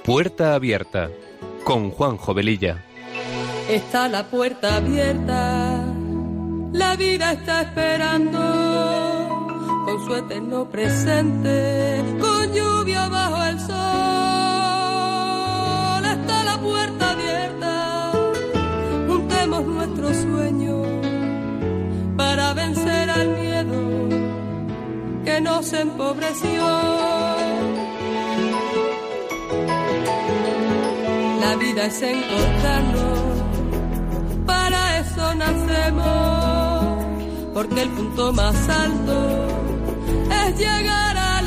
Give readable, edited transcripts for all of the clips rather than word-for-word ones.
Puerta Abierta, con Juanjo Velilla. Está la puerta abierta, la vida está esperando, con su eterno presente, con lluvia bajo el sol. Está la puerta abierta, juntemos nuestros sueños para vencer al miedo que nos empobreció. La vida es encontrarnos, para eso nacemos, porque el punto más alto es llegar al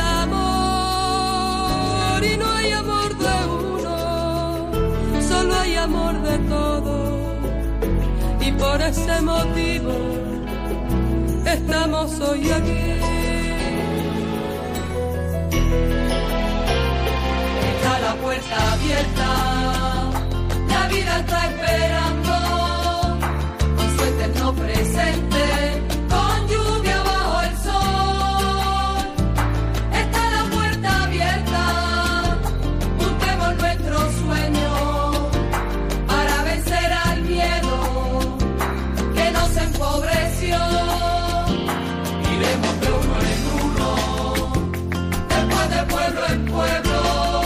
amor. Y no hay amor de uno, solo hay amor de todos. Y por ese motivo estamos hoy aquí. Está la puerta abierta, la vida está esperando, con su eterno presente, con lluvia bajo el sol. Está la puerta abierta, juntemos nuestros sueños para vencer al miedo que nos empobreció. Iremos de uno en uno, después de pueblo en pueblo,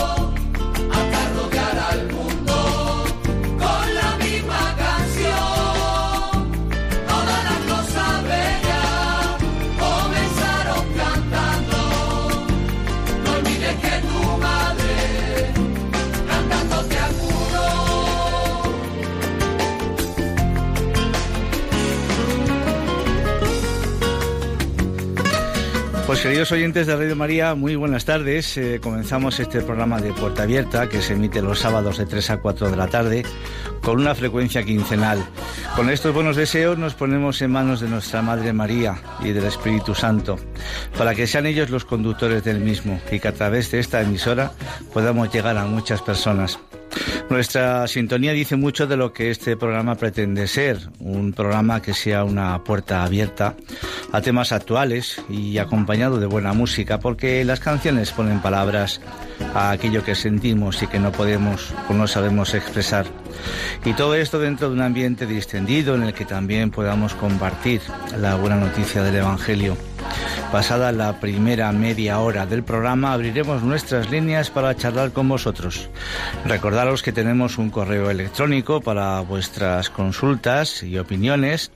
Pues queridos oyentes de Radio María, muy buenas tardes. Comenzamos este programa de Puerta Abierta que se emite los sábados de 3 a 4 de la tarde con una frecuencia quincenal. Con estos buenos deseos nos ponemos en manos de nuestra Madre María y del Espíritu Santo para que sean ellos los conductores del mismo y que a través de esta emisora podamos llegar a muchas personas. Nuestra sintonía dice mucho de lo que este programa pretende ser, un programa que sea una puerta abierta a temas actuales y acompañado de buena música, porque las canciones ponen palabras a aquello que sentimos y que no podemos o no sabemos expresar. Y todo esto dentro de un ambiente distendido en el que también podamos compartir la buena noticia del Evangelio. Pasada la primera media hora del programa, abriremos nuestras líneas para charlar con vosotros. Recordaros que tenemos un correo electrónico para vuestras consultas y opiniones,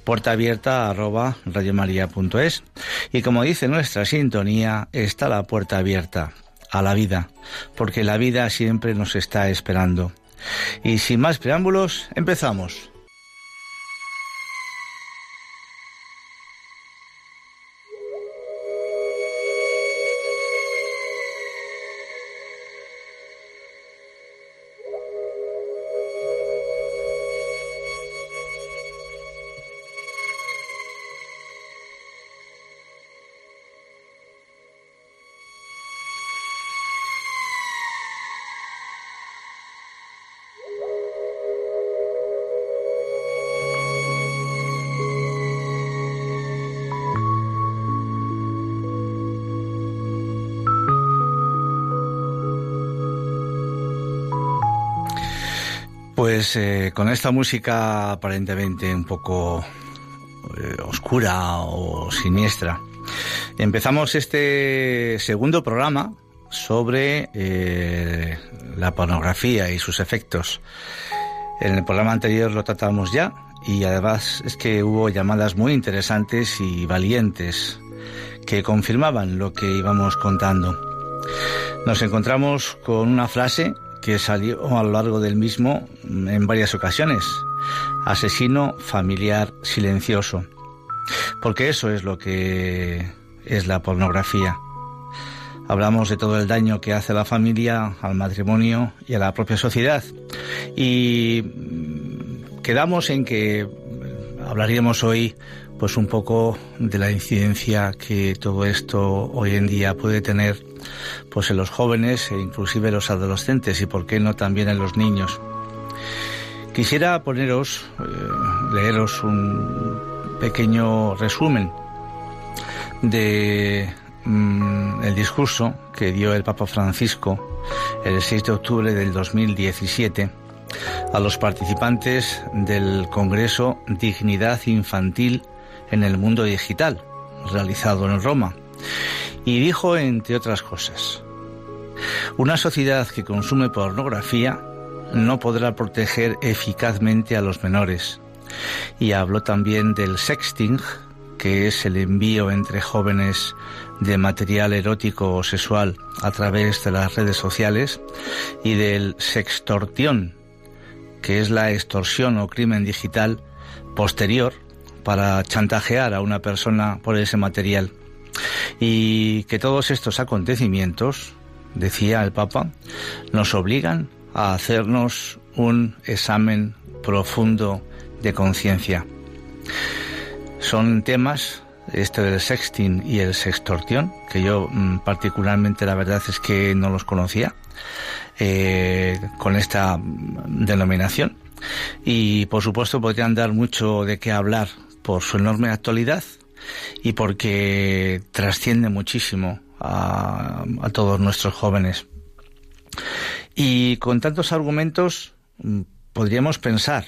puertaabierta@radiomaria.es. Y como dice nuestra sintonía, está la puerta abierta a la vida, porque la vida siempre nos está esperando. Y sin más preámbulos, empezamos. Pues con esta música aparentemente un poco oscura o siniestra, empezamos este segundo programa sobre la pornografía y sus efectos. En el programa anterior lo tratamos ya y además es que hubo llamadas muy interesantes y valientes que confirmaban lo que íbamos contando. Nos encontramos con una frase que salió a lo largo del mismo en varias ocasiones: asesino familiar silencioso, porque eso es lo que es la pornografía. Hablamos de todo el daño que hace a la familia, al matrimonio y a la propia sociedad, y quedamos en que hablaríamos hoy pues un poco de la incidencia que todo esto hoy en día puede tener pues en los jóvenes e inclusive los adolescentes, y por qué no también en los niños. Quisiera leeros un pequeño resumen de el discurso que dio el Papa Francisco el 6 de octubre del 2017, a los participantes del Congreso Dignidad Infantil en el Mundo Digital, realizado en Roma, y dijo, entre otras cosas: una sociedad que consume pornografía no podrá proteger eficazmente a los menores. Y habló también del sexting, que es el envío entre jóvenes de material erótico o sexual a través de las redes sociales, y del sextorsión, que es la extorsión o crimen digital posterior para chantajear a una persona por ese material. Y que todos estos acontecimientos, decía el Papa, nos obligan a hacernos un examen profundo de conciencia. Son temas, este del sexting y el sextorsión, que yo particularmente la verdad es que no los conocía con esta denominación, y por supuesto podrían dar mucho de qué hablar por su enorme actualidad y porque trasciende muchísimo a todos nuestros jóvenes. Y con tantos argumentos podríamos pensar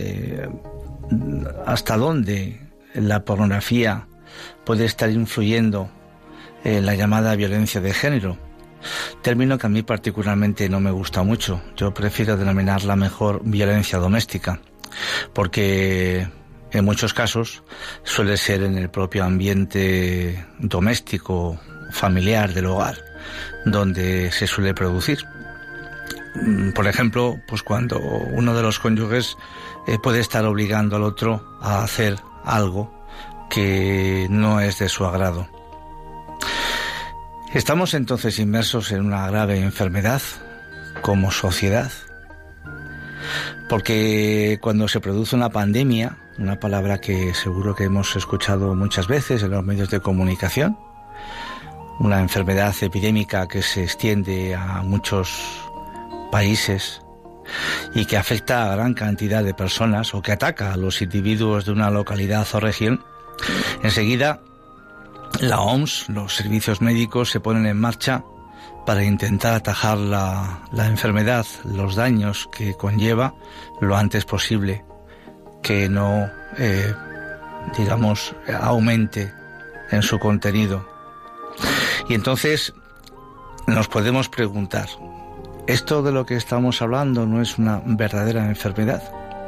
hasta dónde la pornografía puede estar influyendo en la llamada violencia de género, término que a mí particularmente no me gusta mucho. Yo prefiero denominarla mejor violencia doméstica, porque en muchos casos suele ser en el propio ambiente doméstico, familiar, del hogar, donde se suele producir. Por ejemplo, pues cuando uno de los cónyuges puede estar obligando al otro a hacer algo que no es de su agrado. Estamos entonces inmersos en una grave enfermedad como sociedad, porque cuando se produce una pandemia, una palabra que seguro que hemos escuchado muchas veces en los medios de comunicación, una enfermedad epidémica que se extiende a muchos países y que afecta a gran cantidad de personas o que ataca a los individuos de una localidad o región, enseguida la OMS, los servicios médicos se ponen en marcha para intentar atajar la enfermedad, los daños que conlleva lo antes posible, que no, aumente en su contenido. Y entonces nos podemos preguntar, ¿esto de lo que estamos hablando no es una verdadera enfermedad?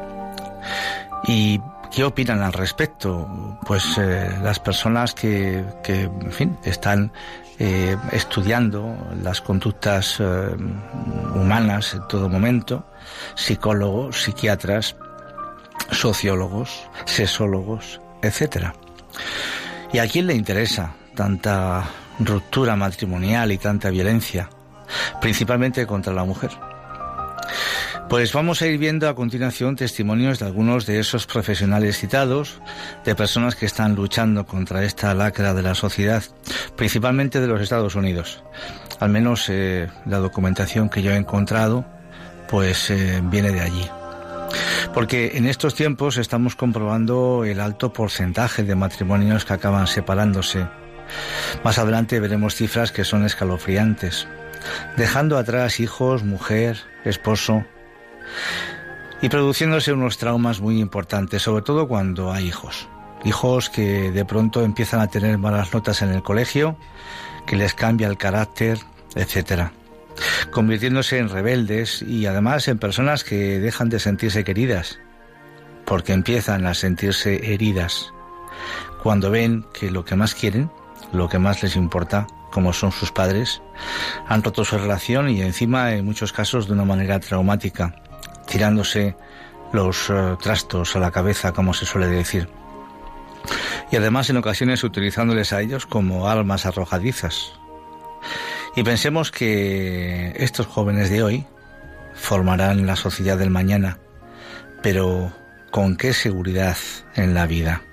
¿Y qué opinan al respecto? Pues las personas que en fin, están estudiando las conductas humanas en todo momento, psicólogos, psiquiatras, sociólogos, sexólogos, etcétera. ¿Y a quién le interesa tanta ruptura matrimonial y tanta violencia, principalmente contra la mujer? Pues vamos a ir viendo a continuación testimonios de algunos de esos profesionales citados, de personas que están luchando contra esta lacra de la sociedad, principalmente de los Estados Unidos. Al menos la documentación que yo he encontrado, pues viene de allí. Porque en estos tiempos estamos comprobando el alto porcentaje de matrimonios que acaban separándose. Más adelante veremos cifras que son escalofriantes, dejando atrás hijos, mujer, esposo, y produciéndose unos traumas muy importantes, sobre todo cuando hay hijos. Hijos que de pronto empiezan a tener malas notas en el colegio, que les cambia el carácter, etcétera, convirtiéndose en rebeldes y además en personas que dejan de sentirse queridas, porque empiezan a sentirse heridas cuando ven que lo que más quieren, lo que más les importa, como son sus padres, han roto su relación y encima en muchos casos de una manera traumática, tirándose los trastos a la cabeza, como se suele decir. Y además en ocasiones utilizándoles a ellos como armas arrojadizas. Y pensemos que estos jóvenes de hoy formarán la sociedad del mañana, pero ¿con qué seguridad en la vida?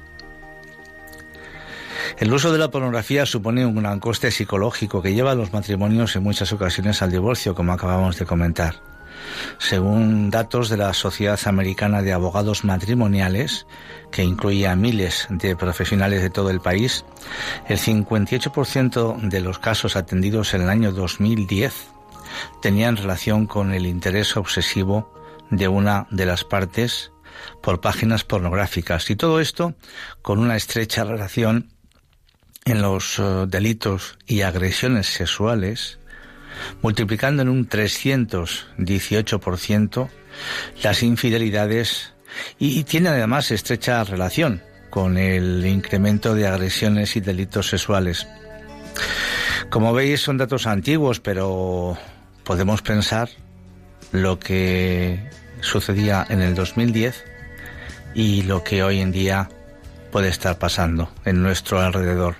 El uso de la pornografía supone un gran coste psicológico que lleva a los matrimonios en muchas ocasiones al divorcio, como acabamos de comentar. Según datos de la Sociedad Americana de Abogados Matrimoniales, que incluye a miles de profesionales de todo el país, el 58% de los casos atendidos en el año 2010 tenían relación con el interés obsesivo de una de las partes por páginas pornográficas, y todo esto con una estrecha relación en los delitos y agresiones sexuales, multiplicando en un 318% las infidelidades, y tiene además estrecha relación con el incremento de agresiones y delitos sexuales. Como veis, son datos antiguos, pero podemos pensar lo que sucedía en el 2010 y lo que hoy en día puede estar pasando en nuestro alrededor.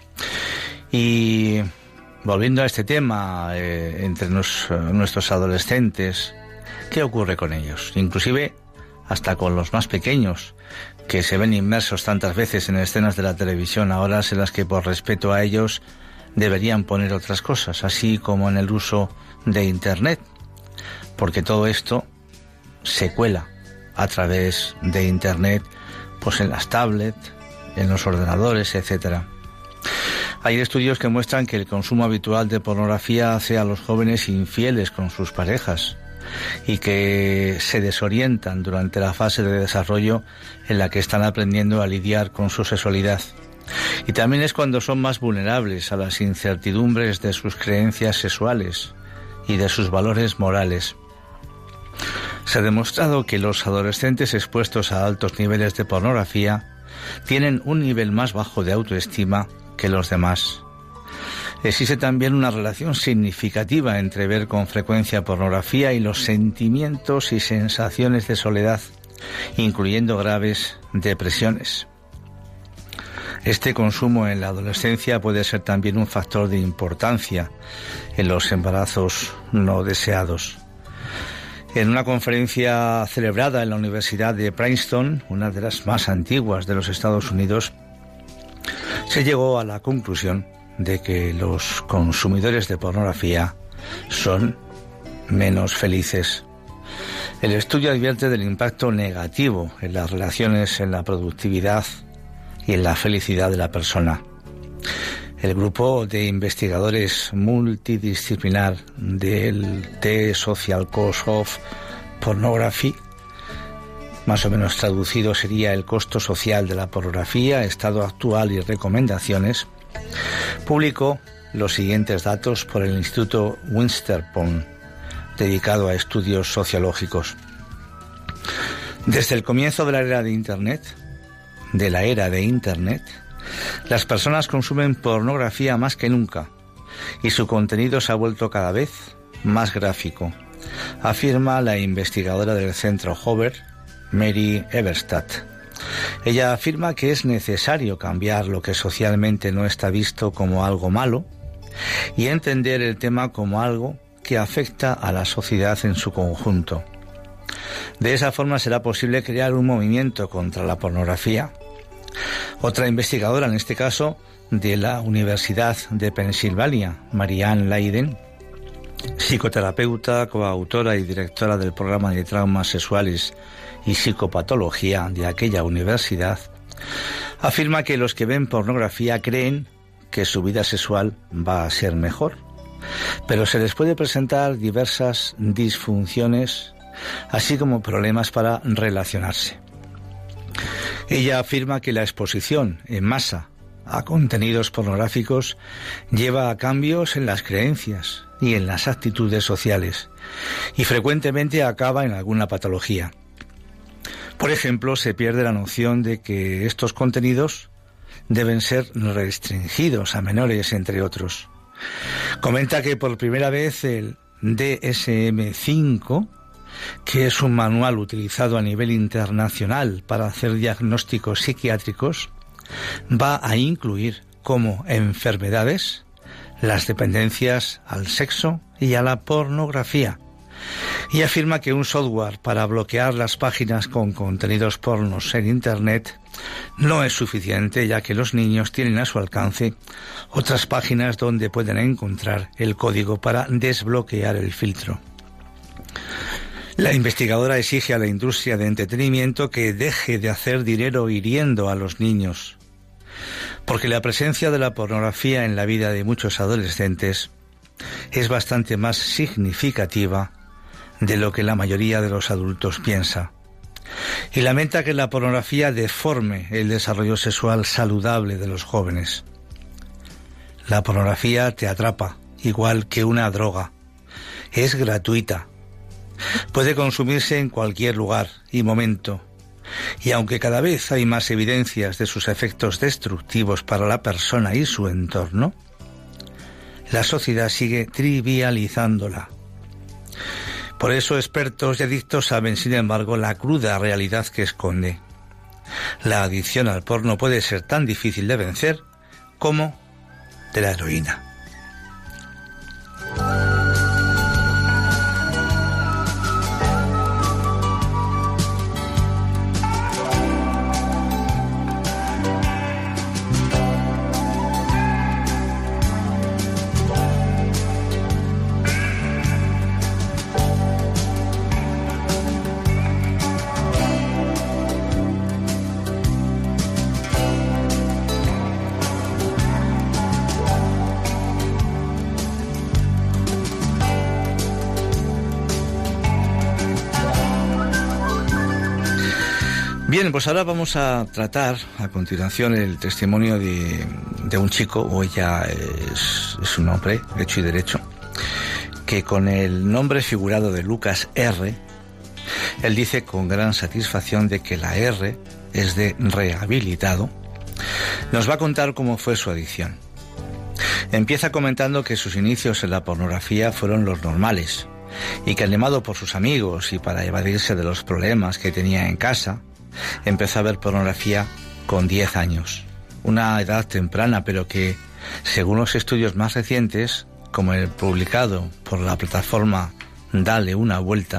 Y volviendo a este tema, entre nuestros adolescentes, ¿qué ocurre con ellos? Inclusive hasta con los más pequeños, que se ven inmersos tantas veces en escenas de la televisión, a horas en las que por respeto a ellos deberían poner otras cosas, así como en el uso de Internet, porque todo esto se cuela a través de Internet, pues en las tablets, en los ordenadores, etcétera. Hay estudios que muestran que el consumo habitual de pornografía hace a los jóvenes infieles con sus parejas y que se desorientan durante la fase de desarrollo en la que están aprendiendo a lidiar con su sexualidad. Y también es cuando son más vulnerables a las incertidumbres de sus creencias sexuales y de sus valores morales. Se ha demostrado que los adolescentes expuestos a altos niveles de pornografía tienen un nivel más bajo de autoestima que los demás. Existe también una relación significativa entre ver con frecuencia pornografía y los sentimientos y sensaciones de soledad, incluyendo graves depresiones. Este consumo en la adolescencia puede ser también un factor de importancia en los embarazos no deseados. En una conferencia celebrada en la Universidad de Princeton, una de las más antiguas de los Estados Unidos, se llegó a la conclusión de que los consumidores de pornografía son menos felices. El estudio advierte del impacto negativo en las relaciones, en la productividad y en la felicidad de la persona. El grupo de investigadores multidisciplinar del The Social Cost of Pornography, más o menos traducido sería el costo social de la pornografía, estado actual y recomendaciones, publicó los siguientes datos por el Instituto Winterthur, dedicado a estudios sociológicos. Desde el comienzo de la era de Internet, las personas consumen pornografía más que nunca y su contenido se ha vuelto cada vez más gráfico, afirma la investigadora del Centro Hoover, Mary Eberstadt. Ella afirma que es necesario cambiar lo que socialmente no está visto como algo malo y entender el tema como algo que afecta a la sociedad en su conjunto. De esa forma será posible crear un movimiento contra la pornografía. Otra investigadora, en este caso de la Universidad de Pensilvania, Marianne Leiden, psicoterapeuta, coautora y directora del programa de traumas sexuales y psicopatología de aquella universidad, afirma que los que ven pornografía creen que su vida sexual va a ser mejor, pero se les puede presentar diversas disfunciones, así como problemas para relacionarse. Ella afirma que la exposición en masa a contenidos pornográficos lleva a cambios en las creencias y en las actitudes sociales y frecuentemente acaba en alguna patología. Por ejemplo, se pierde la noción de que estos contenidos deben ser restringidos a menores, entre otros. Comenta que por primera vez el DSM-5, que es un manual utilizado a nivel internacional para hacer diagnósticos psiquiátricos, va a incluir como enfermedades las dependencias al sexo y a la pornografía, y afirma que un software para bloquear las páginas con contenidos pornos en Internet no es suficiente, ya que los niños tienen a su alcance otras páginas donde pueden encontrar el código para desbloquear el filtro. La investigadora exige a la industria de entretenimiento que deje de hacer dinero hiriendo a los niños, porque la presencia de la pornografía en la vida de muchos adolescentes es bastante más significativa de lo que la mayoría de los adultos piensa, y lamenta que la pornografía deforme el desarrollo sexual saludable de los jóvenes. La pornografía te atrapa, igual que una droga. Es gratuita. Puede consumirse en cualquier lugar y momento. Y aunque cada vez hay más evidencias de sus efectos destructivos para la persona y su entorno, la sociedad sigue trivializándola. Por eso expertos y adictos saben, sin embargo, la cruda realidad que esconde. La adicción al porno puede ser tan difícil de vencer como de la heroína. Bien, pues ahora vamos a tratar a continuación el testimonio de un chico, hoy ya es un hombre hecho y derecho, que con el nombre figurado de Lucas R, él dice con gran satisfacción de que la R es de rehabilitado. Nos va a contar cómo fue su adicción. Empieza comentando que sus inicios en la pornografía fueron los normales y que, animado por sus amigos y para evadirse de los problemas que tenía en casa, empezó a ver pornografía con 10 años, una edad temprana, pero que, según los estudios más recientes, como el publicado por la plataforma Dale una Vuelta,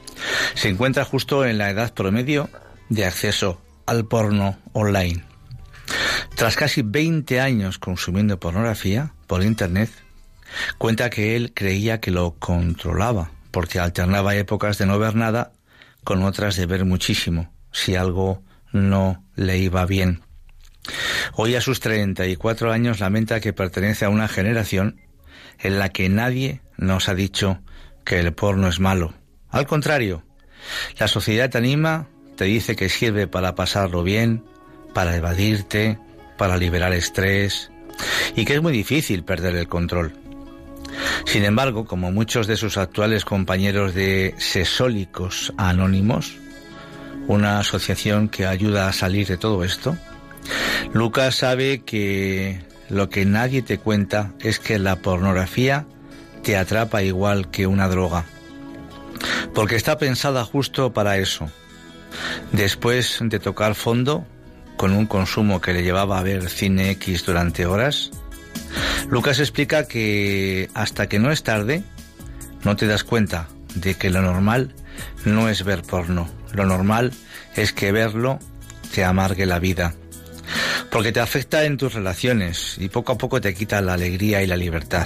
se encuentra justo en la edad promedio de acceso al porno online. Tras casi 20 años consumiendo pornografía por internet, cuenta que él creía que lo controlaba, porque alternaba épocas de no ver nada con otras de ver muchísimo, si algo no le iba bien. Hoy, a sus 34 años, lamenta que pertenece a una generación en la que nadie nos ha dicho que el porno es malo. Al contrario, la sociedad te anima, te dice que sirve para pasarlo bien, para evadirte, para liberar estrés, y que es muy difícil perder el control. Sin embargo, como muchos de sus actuales compañeros de Sexólicos Anónimos, una asociación que ayuda a salir de todo esto, Lucas sabe que lo que nadie te cuenta es que la pornografía te atrapa igual que una droga, porque está pensada justo para eso. Después de tocar fondo con un consumo que le llevaba a ver cine X durante horas, Lucas explica que hasta que no es tarde, no te das cuenta de que lo normal no es ver porno. Lo normal es que verlo te amargue la vida, porque te afecta en tus relaciones y poco a poco te quita la alegría y la libertad.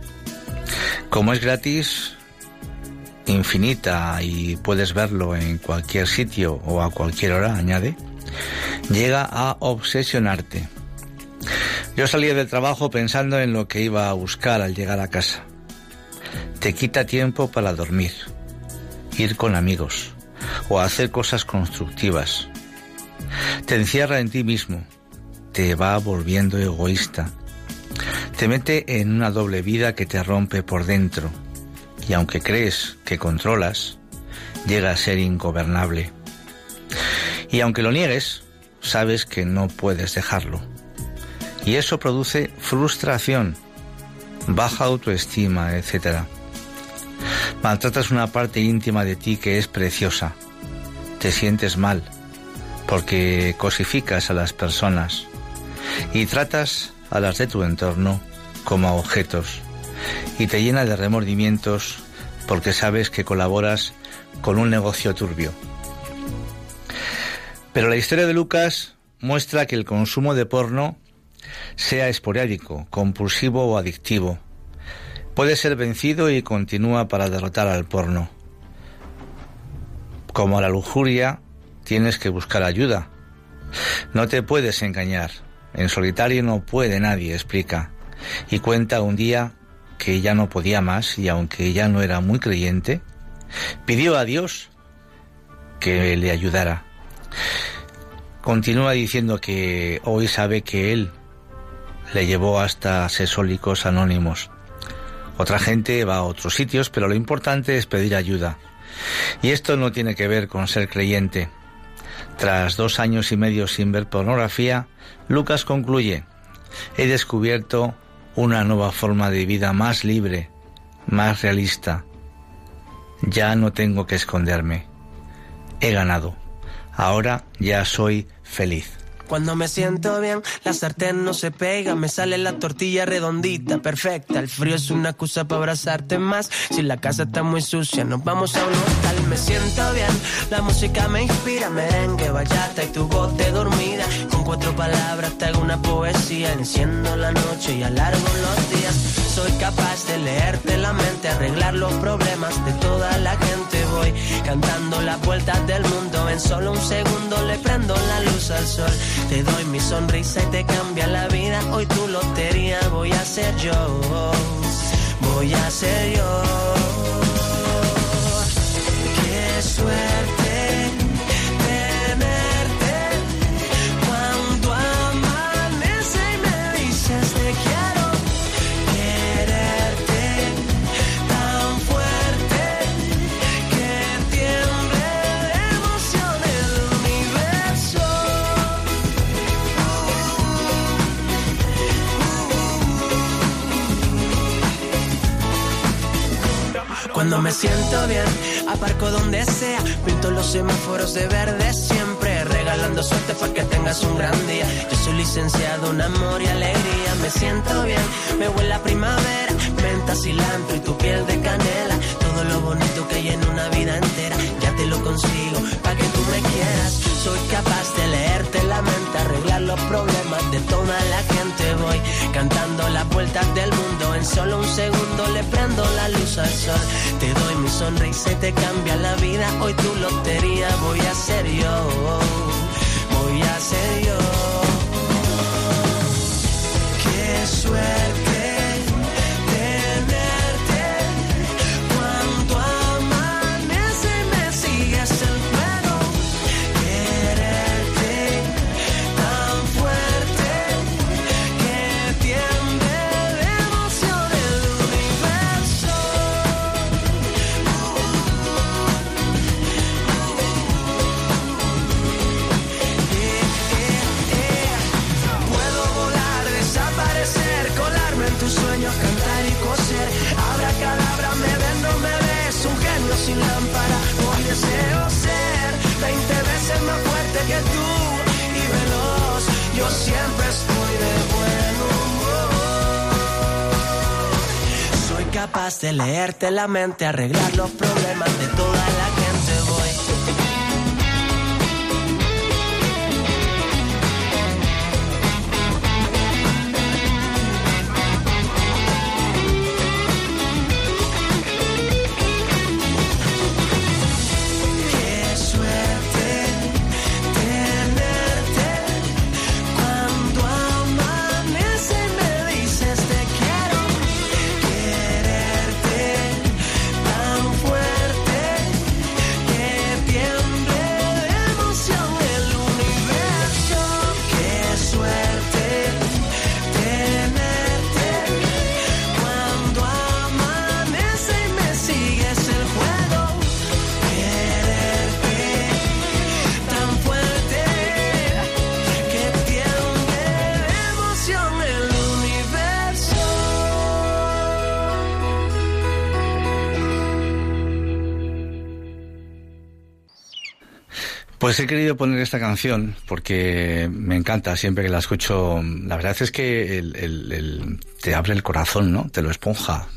Como es gratis, infinita, y puedes verlo en cualquier sitio o a cualquier hora, añade, llega a obsesionarte. Yo salía del trabajo pensando en lo que iba a buscar al llegar a casa. Te quita tiempo para dormir, ir con amigos o hacer cosas constructivas. Te encierra en ti mismo, te va volviendo egoísta, te mete en una doble vida que te rompe por dentro, y aunque crees que controlas, llega a ser ingobernable. Y aunque lo niegues, sabes que no puedes dejarlo. Y eso produce frustración, baja autoestima, etc. Maltratas una parte íntima de ti que es preciosa. Te sientes mal porque cosificas a las personas y tratas a las de tu entorno como objetos, y te llena de remordimientos porque sabes que colaboras con un negocio turbio. Pero la historia de Lucas muestra que el consumo de porno, sea esporádico, compulsivo o adictivo, puede ser vencido y continúa para derrotar al porno. Como a la lujuria, tienes que buscar ayuda. No te puedes engañar. En solitario no puede nadie, explica. Y cuenta un día que ya no podía más y aunque ya no era muy creyente, pidió a Dios que le ayudara. Continúa diciendo que hoy sabe que él le llevó hasta Sexólicos Anónimos. Otra gente va a otros sitios, pero lo importante es pedir ayuda. Y esto no tiene que ver con ser creyente. Tras 2 años y medio sin ver pornografía, Lucas concluye: he descubierto una nueva forma de vida más libre, más realista. Ya no tengo que esconderme. He ganado. Ahora ya soy feliz. Cuando me siento bien, la sartén no se pega, me sale la tortilla redondita, perfecta. El frío es una excusa para abrazarte más. Si la casa está muy sucia, nos vamos a un hostal. Me siento bien, la música me inspira, merengue, bachata y tu voz de dormida. Con 4 palabras te hago una poesía, enciendo la noche y alargo los días. Soy capaz de leerte la mente, arreglar los problemas de toda la gente. Voy cantando las vueltas del mundo, en solo un segundo le prendo la luz al sol. Te doy mi sonrisa y te cambia la vida. Hoy tu lotería voy a ser yo. Voy a ser yo. Qué suerte tenerte. Cuando amanece y me dices te quiero. Quererte tan fuerte que tiemble de emoción el universo. Cuando me siento bien, aparco donde sea, pinto los semáforos de verde siempre, regalando suerte para que tengas un gran día. Yo soy licenciado en amor y alegría. Me siento bien, me huele a primavera, menta, cilantro y tu piel de canela. Todo lo bonito que hay en una vida entera, ya te lo consigo para que tú me quieras. Soy capaz de leerte la mente, arreglar los problemas de toda la gente. Voy cantando las vueltas del mundo, en solo un segundo le prendo la luz al sol. Te doy mi sonrisa y te cambia la vida. Hoy tu lotería voy a ser yo. Voy a ser yo. Qué suerte tenerte. Cuando amanece me sigues el juego. Quererte tan fuerte que tiemble de emoción el universo. Puedo volar, desaparecer, colarme en tus sueños, cantar y coser. Abracadabra, me ven, no me ves, un genio sin lámpara. Hoy deseo ser 20 veces más fuerte que tú y veloz. Yo siempre estoy de buen humor. Soy capaz de leerte la mente, arreglar los problemas de toda la gente. Voy. Qué suerte tenerte. Cuando amanece me dices te quiero. Quererte tan fuerte que tiemble de emoción el universo. Qué suerte tenerte. Cuando amanece y me sigues el juego. Quererte tan fuerte que tiemble de emoción el universo. Pues he querido poner esta canción porque me encanta siempre que la escucho. La verdad es que te abre el corazón, ¿no? Te lo esponja.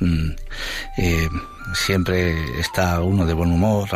Siempre está uno de buen humor,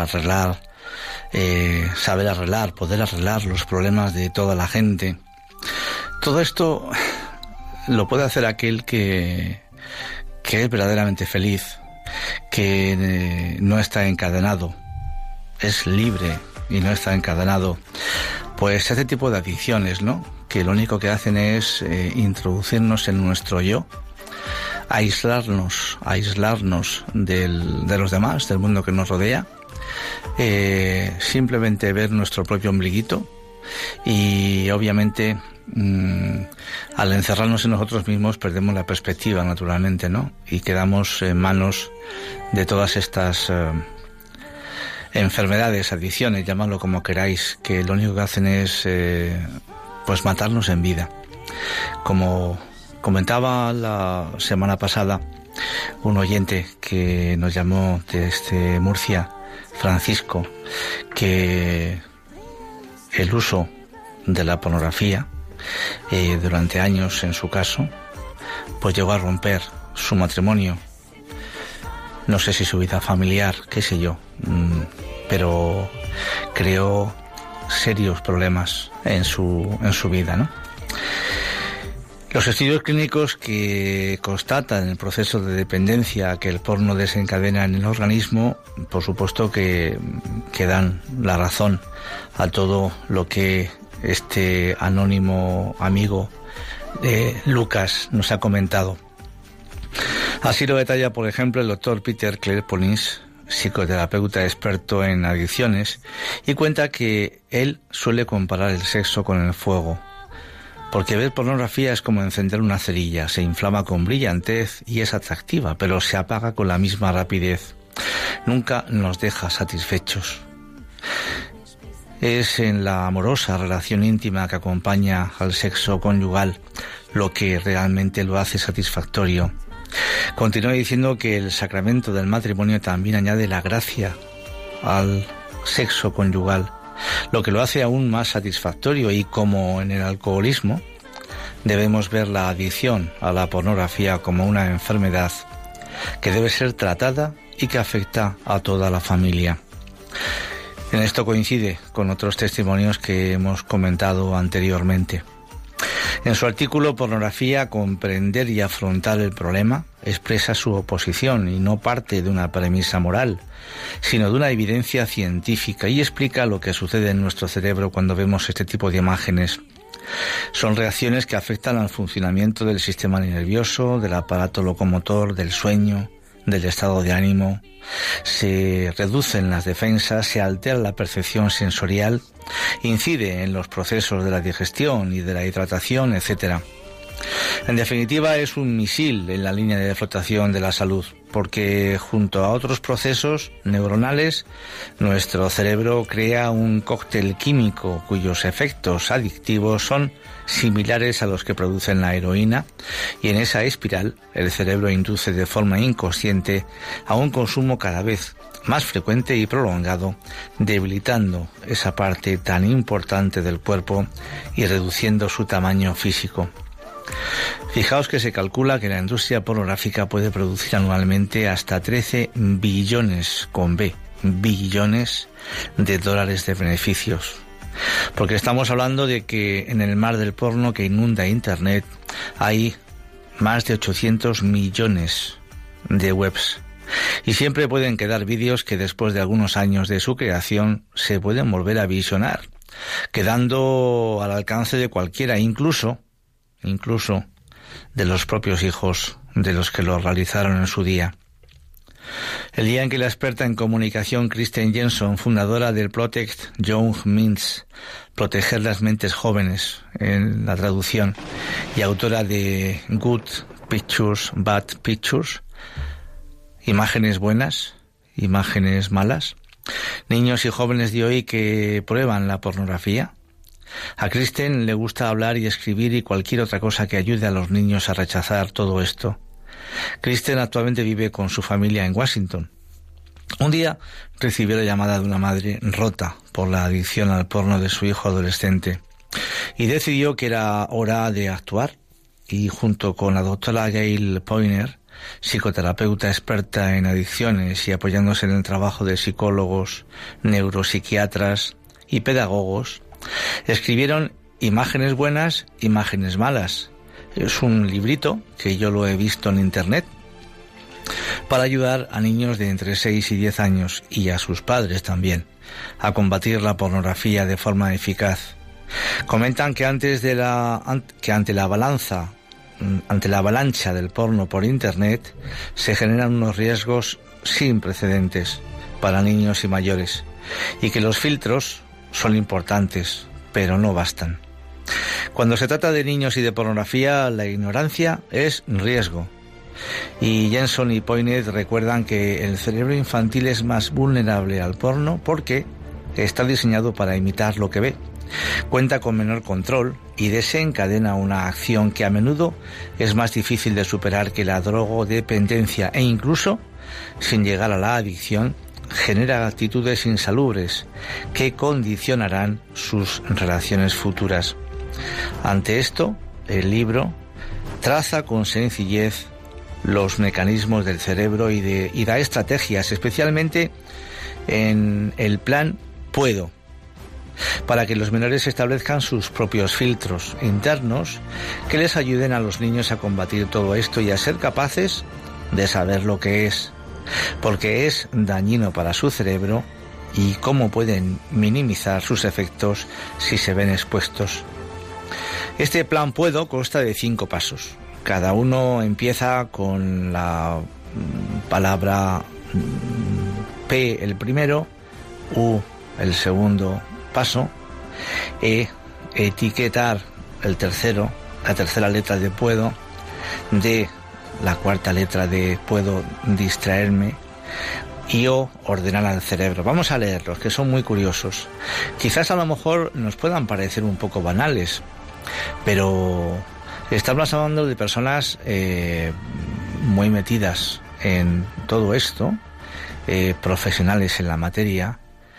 saber arreglar, poder arreglar los problemas de toda la gente. Todo esto lo puede hacer aquel que es verdaderamente feliz, que no está encadenado, es libre y no está encadenado. Pues este tipo de adicciones, ¿no? Que lo único que hacen es introducirnos en nuestro yo, aislarnos de los demás, del mundo que nos rodea, simplemente ver nuestro propio ombliguito y obviamente al encerrarnos en nosotros mismos perdemos la perspectiva, naturalmente, ¿no? Y quedamos en manos de todas estas enfermedades, adicciones, llamadlo como queráis, que lo único que hacen es pues matarnos en vida. Como comentaba la semana pasada un oyente que nos llamó desde Murcia, Francisco, que el uso de la pornografía durante años, en su caso, pues llegó a romper su matrimonio, no sé si su vida familiar, qué sé yo, pero creó serios problemas en su vida, ¿no? Los estudios clínicos que constatan el proceso de dependencia que el porno desencadena en el organismo, por supuesto que dan la razón a todo lo que este anónimo amigo de Lucas nos ha comentado. Así lo detalla, por ejemplo, el doctor Peter Claire-Polins, psicoterapeuta experto en adicciones, y cuenta que él suele comparar el sexo con el fuego, porque ver pornografía es como encender una cerilla, se inflama con brillantez y es atractiva, pero se apaga con la misma rapidez. Nunca nos deja satisfechos. Es en la amorosa relación íntima que acompaña al sexo conyugal lo que realmente lo hace satisfactorio. Continúa diciendo que el sacramento del matrimonio también añade la gracia al sexo conyugal, lo que lo hace aún más satisfactorio, y como en el alcoholismo, debemos ver la adicción a la pornografía como una enfermedad que debe ser tratada y que afecta a toda la familia. En esto coincide con otros testimonios que hemos comentado anteriormente. En su artículo Pornografía, comprender y afrontar el problema, expresa su oposición y no parte de una premisa moral, sino de una evidencia científica, y explica lo que sucede en nuestro cerebro cuando vemos este tipo de imágenes. Son reacciones que afectan al funcionamiento del sistema nervioso, del aparato locomotor, del sueño, del estado de ánimo. Se reducen las defensas, se altera la percepción sensorial, incide en los procesos de la digestión y de la hidratación, etc. En definitiva, es un misil en la línea de flotación de la salud, porque junto a otros procesos neuronales, nuestro cerebro crea un cóctel químico cuyos efectos adictivos son similares a los que producen la heroína, y en esa espiral el cerebro induce de forma inconsciente a un consumo cada vez más frecuente y prolongado, debilitando esa parte tan importante del cuerpo y reduciendo su tamaño físico. Fijaos que se calcula que la industria pornográfica puede producir anualmente hasta 13 billones, con B, billones de dólares de beneficios. Porque estamos hablando de que en el mar del porno que inunda Internet hay más de 800 millones de webs. Y siempre pueden quedar vídeos que después de algunos años de su creación se pueden volver a visionar, quedando al alcance de cualquiera, incluso de los propios hijos de los que lo realizaron en su día. El día en que la experta en comunicación Kristen Jensen, fundadora del Protect Young Minds, Proteger las Mentes Jóvenes en la traducción, y autora de Good Pictures, Bad Pictures, imágenes buenas, imágenes malas, niños y jóvenes de hoy que prueban la pornografía. A Kristen le gusta hablar y escribir y cualquier otra cosa que ayude a los niños a rechazar todo esto. Kristen actualmente vive con su familia en Washington. Un día recibió la llamada de una madre rota por la adicción al porno de su hijo adolescente y decidió que era hora de actuar, y junto con la doctora Gail Poyner, psicoterapeuta experta en adicciones y apoyándose en el trabajo de psicólogos, neuropsiquiatras y pedagogos, escribieron Imágenes Buenas, Imágenes Malas. Es un librito que yo lo he visto en Internet para ayudar a niños de entre 6 y 10 años y a sus padres también a combatir la pornografía de forma eficaz. Comentan que ante la balanza ante la avalancha del porno por Internet, se generan unos riesgos sin precedentes para niños y mayores, y que los filtros son importantes, pero no bastan. Cuando se trata de niños y de pornografía, la ignorancia es riesgo. Y Jenson y Poinet recuerdan que el cerebro infantil es más vulnerable al porno porque está diseñado para imitar lo que ve. Cuenta con menor control y desencadena una acción que a menudo es más difícil de superar que la drogodependencia, e incluso, sin llegar a la adicción, genera actitudes insalubres que condicionarán sus relaciones futuras. Ante esto, el libro traza con sencillez los mecanismos del cerebro y da estrategias, especialmente en el plan Puedo, para que los menores establezcan sus propios filtros internos que les ayuden a los niños a combatir todo esto y a ser capaces de saber lo que es, porque es dañino para su cerebro y cómo pueden minimizar sus efectos si se ven expuestos. Este plan Puedo consta de 5 pasos. Cada uno empieza con la palabra P el primero, U el segundo paso, etiquetar el tercero, la tercera letra de Puedo, D la cuarta letra de Puedo distraerme, y O ordenar al cerebro. Vamos a leerlos, que son muy curiosos. Quizás a lo mejor nos puedan parecer un poco banales, pero estamos hablando de personas muy metidas en todo esto, profesionales en la materia,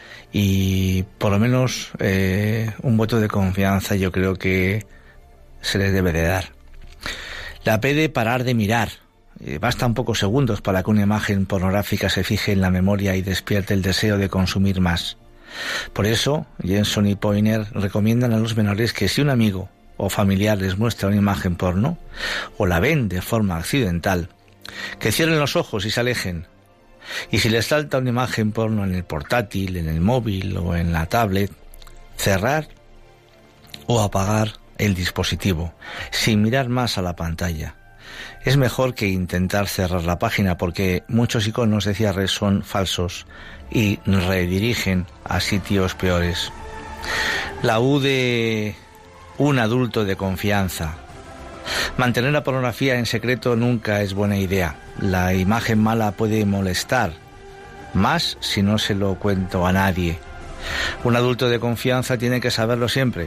y por lo menos un voto de confianza yo creo que se les debe de dar. La P de parar de mirar. Bastan pocos segundos para que una imagen pornográfica se fije en la memoria y despierte el deseo de consumir más. Por eso, Jenson y Poiner recomiendan a los menores que si un amigo o familiar les muestra una imagen porno, o la ven de forma accidental, que cierren los ojos y se alejen. Y si les salta una imagen porno en el portátil, en el móvil o en la tablet, cerrar o apagar el dispositivo, sin mirar más a la pantalla. Es mejor que intentar cerrar la página porque muchos iconos de cierre son falsos y redirigen a sitios peores. La U de un adulto de confianza. Mantener la pornografía en secreto nunca es buena idea. La imagen mala puede molestar, más si no se lo cuento a nadie. Un adulto de confianza tiene que saberlo siempre.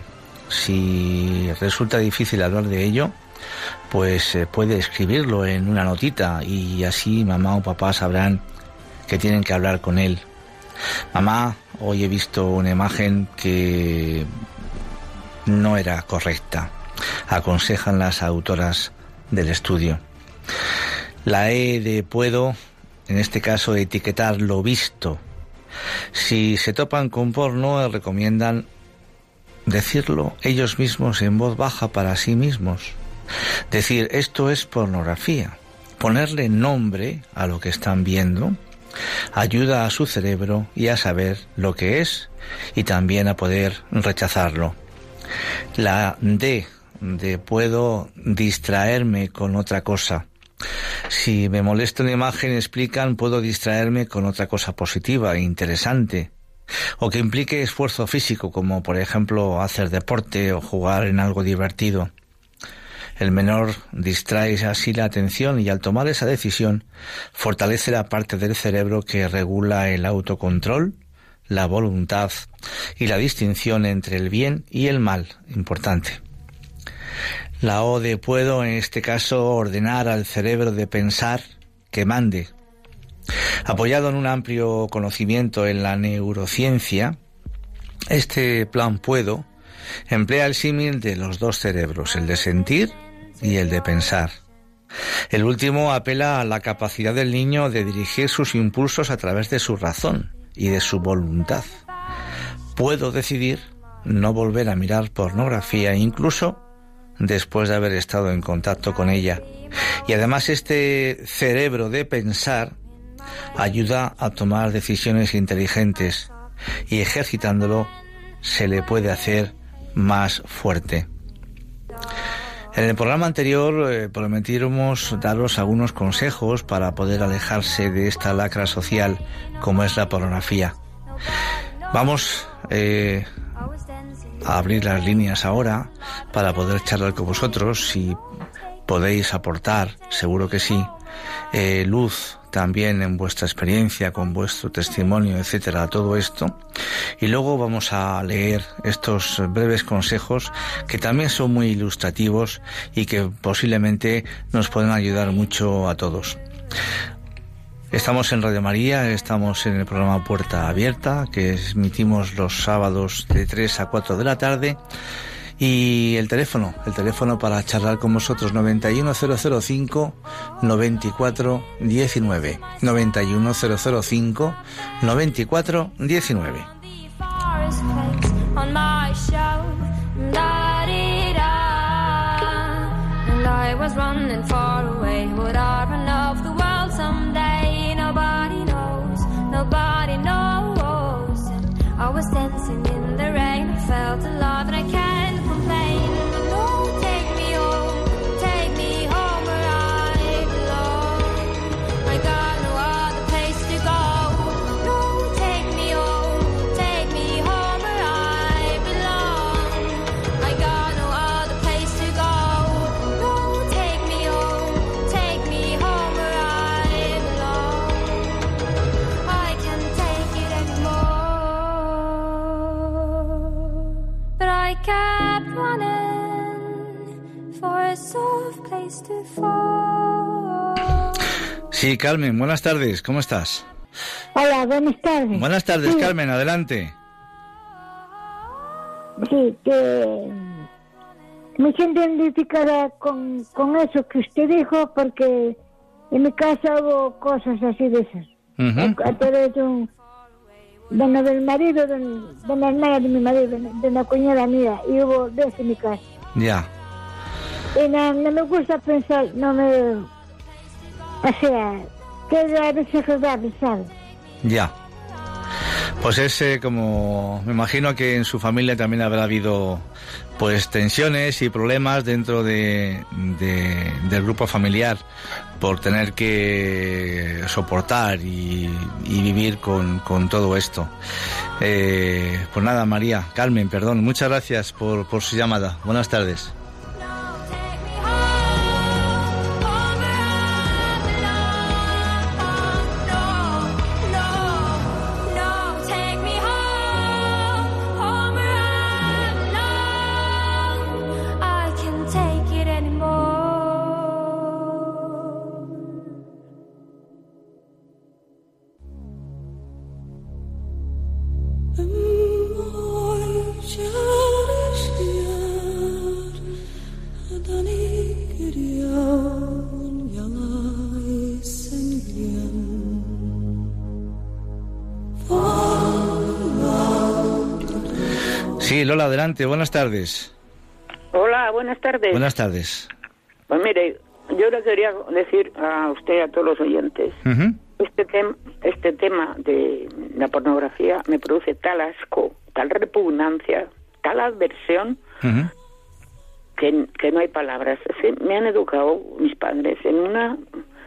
Si resulta difícil hablar de ello, pues puede escribirlo en una notita y así mamá o papá sabrán que tienen que hablar con él. Mamá, hoy he visto una imagen que no era correcta, aconsejan las autoras del estudio. La E de Puedo, en este caso etiquetar lo visto. Si se topan con porno, recomiendan decirlo ellos mismos en voz baja para sí mismos. Decir, esto es pornografía. Ponerle nombre a lo que están viendo ayuda a su cerebro y a saber lo que es y también a poder rechazarlo. La D de Puedo distraerme con otra cosa. Si me molesta una imagen, explican, puedo distraerme con otra cosa positiva e interesante, o que implique esfuerzo físico, como por ejemplo hacer deporte o jugar en algo divertido. El menor distrae así la atención y al tomar esa decisión fortalece la parte del cerebro que regula el autocontrol, la voluntad y la distinción entre el bien y el mal, importante. La O de Puedo, en este caso, ordenar al cerebro de pensar que mande. Apoyado en un amplio conocimiento en la neurociencia, este plan Puedo emplea el símil de los dos cerebros, el de sentir y el de pensar. El último apela a la capacidad del niño de dirigir sus impulsos a través de su razón y de su voluntad. Puedo decidir no volver a mirar pornografía, incluso después de haber estado en contacto con ella. Y además este cerebro de pensar ayuda a tomar decisiones inteligentes y ejercitándolo se le puede hacer más fuerte. En el programa anterior prometimos daros algunos consejos para poder alejarse de esta lacra social como es la pornografía. Vamos a abrir las líneas ahora para poder charlar con vosotros. Si podéis aportar, seguro que sí, luz también en vuestra experiencia, con vuestro testimonio, etcétera, a todo esto. Y luego vamos a leer estos breves consejos que también son muy ilustrativos y que posiblemente nos pueden ayudar mucho a todos. Estamos en Radio María, estamos en el programa Puerta Abierta, que emitimos los sábados de 3 a 4 de la tarde. Y el teléfono para charlar con vosotros, 91005 94 19, 91005 94 19. Sí, Carmen, buenas tardes, ¿cómo estás? Hola, buenas tardes. Buenas tardes, sí. Carmen, adelante. Sí, que me siento identificada con eso que usted dijo, porque en mi casa hubo cosas así de esas. A través del marido, de la hermana de mi marido, de la cuñada mía, y hubo dos en mi casa. Ya. Y no me gusta pensar, o sea, que a veces es agradable, ¿sabes? Ya. Pues es como, me imagino que en su familia también habrá habido pues tensiones y problemas dentro del grupo familiar por tener que soportar y vivir con todo esto. Pues nada, Carmen, perdón, muchas gracias por su llamada. Buenas tardes. Sí, Lola, adelante, buenas tardes. Hola, buenas tardes. Buenas tardes. Pues mire, yo le quería decir a usted y a todos los oyentes, este tema de la pornografía me produce tal asco, tal repugnancia, tal adversión, que no hay palabras. Me han educado mis padres en una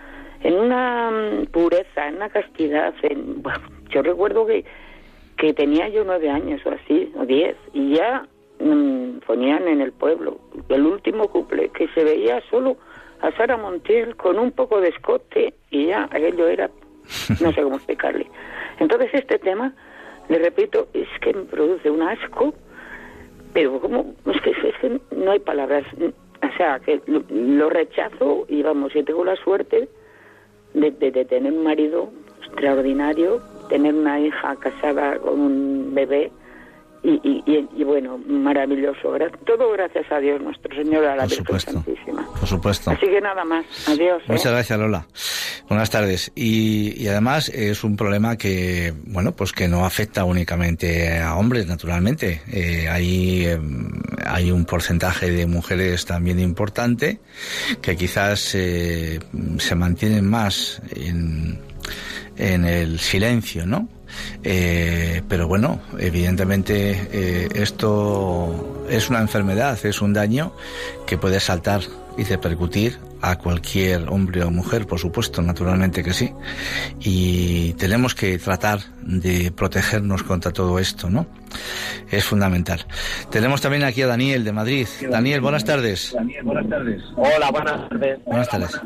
pureza, en una castidad. Yo recuerdo que tenía yo 9 años o así, o 10, y ya ponían en el pueblo el último couple, que se veía solo a Sara Montiel con un poco de escote, y ya aquello era, no sé cómo explicarle. Entonces este tema, le repito, es que me produce un asco, pero como es que no hay palabras. O sea, que lo rechazo, y vamos, yo tengo la suerte de tener un marido extraordinario, tener una hija casada con un bebé, y bueno, maravilloso. Todo gracias a Dios nuestro Señor, a la Virgen Santísima. Por supuesto. Así que nada más. Adiós. Muchas gracias, Lola. Buenas tardes. Y además es un problema que, bueno, pues que no afecta únicamente a hombres, naturalmente. Hay un porcentaje de mujeres también importante que quizás se mantienen más en el silencio, ¿no? Pero bueno, evidentemente esto es una enfermedad, es un daño que puede saltar y repercutir a cualquier hombre o mujer, por supuesto, naturalmente que sí. Y tenemos que tratar de protegernos contra todo esto, ¿no? Es fundamental. Tenemos también aquí a Daniel de Madrid. Daniel, buenas tardes. Hola, buenas tardes. Buenas tardes.